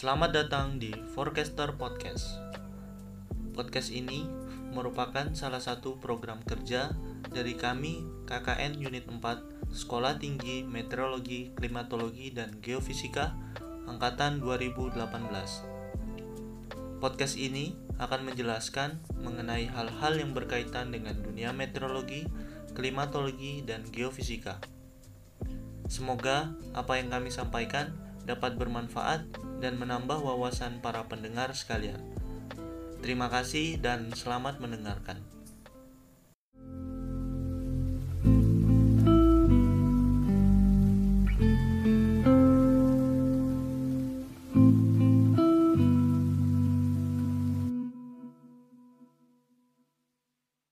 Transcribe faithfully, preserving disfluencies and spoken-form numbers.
Selamat datang di Forecaster Podcast. Podcast ini merupakan salah satu program kerja dari kami K K N Unit empat Sekolah Tinggi Meteorologi, Klimatologi, dan Geofisika Angkatan dua ribu delapan belas. Podcast ini akan menjelaskan mengenai hal-hal yang berkaitan dengan dunia meteorologi, klimatologi, dan geofisika. Semoga apa yang kami sampaikan dapat bermanfaat dan menambah wawasan para pendengar sekalian. Terima kasih dan selamat mendengarkan.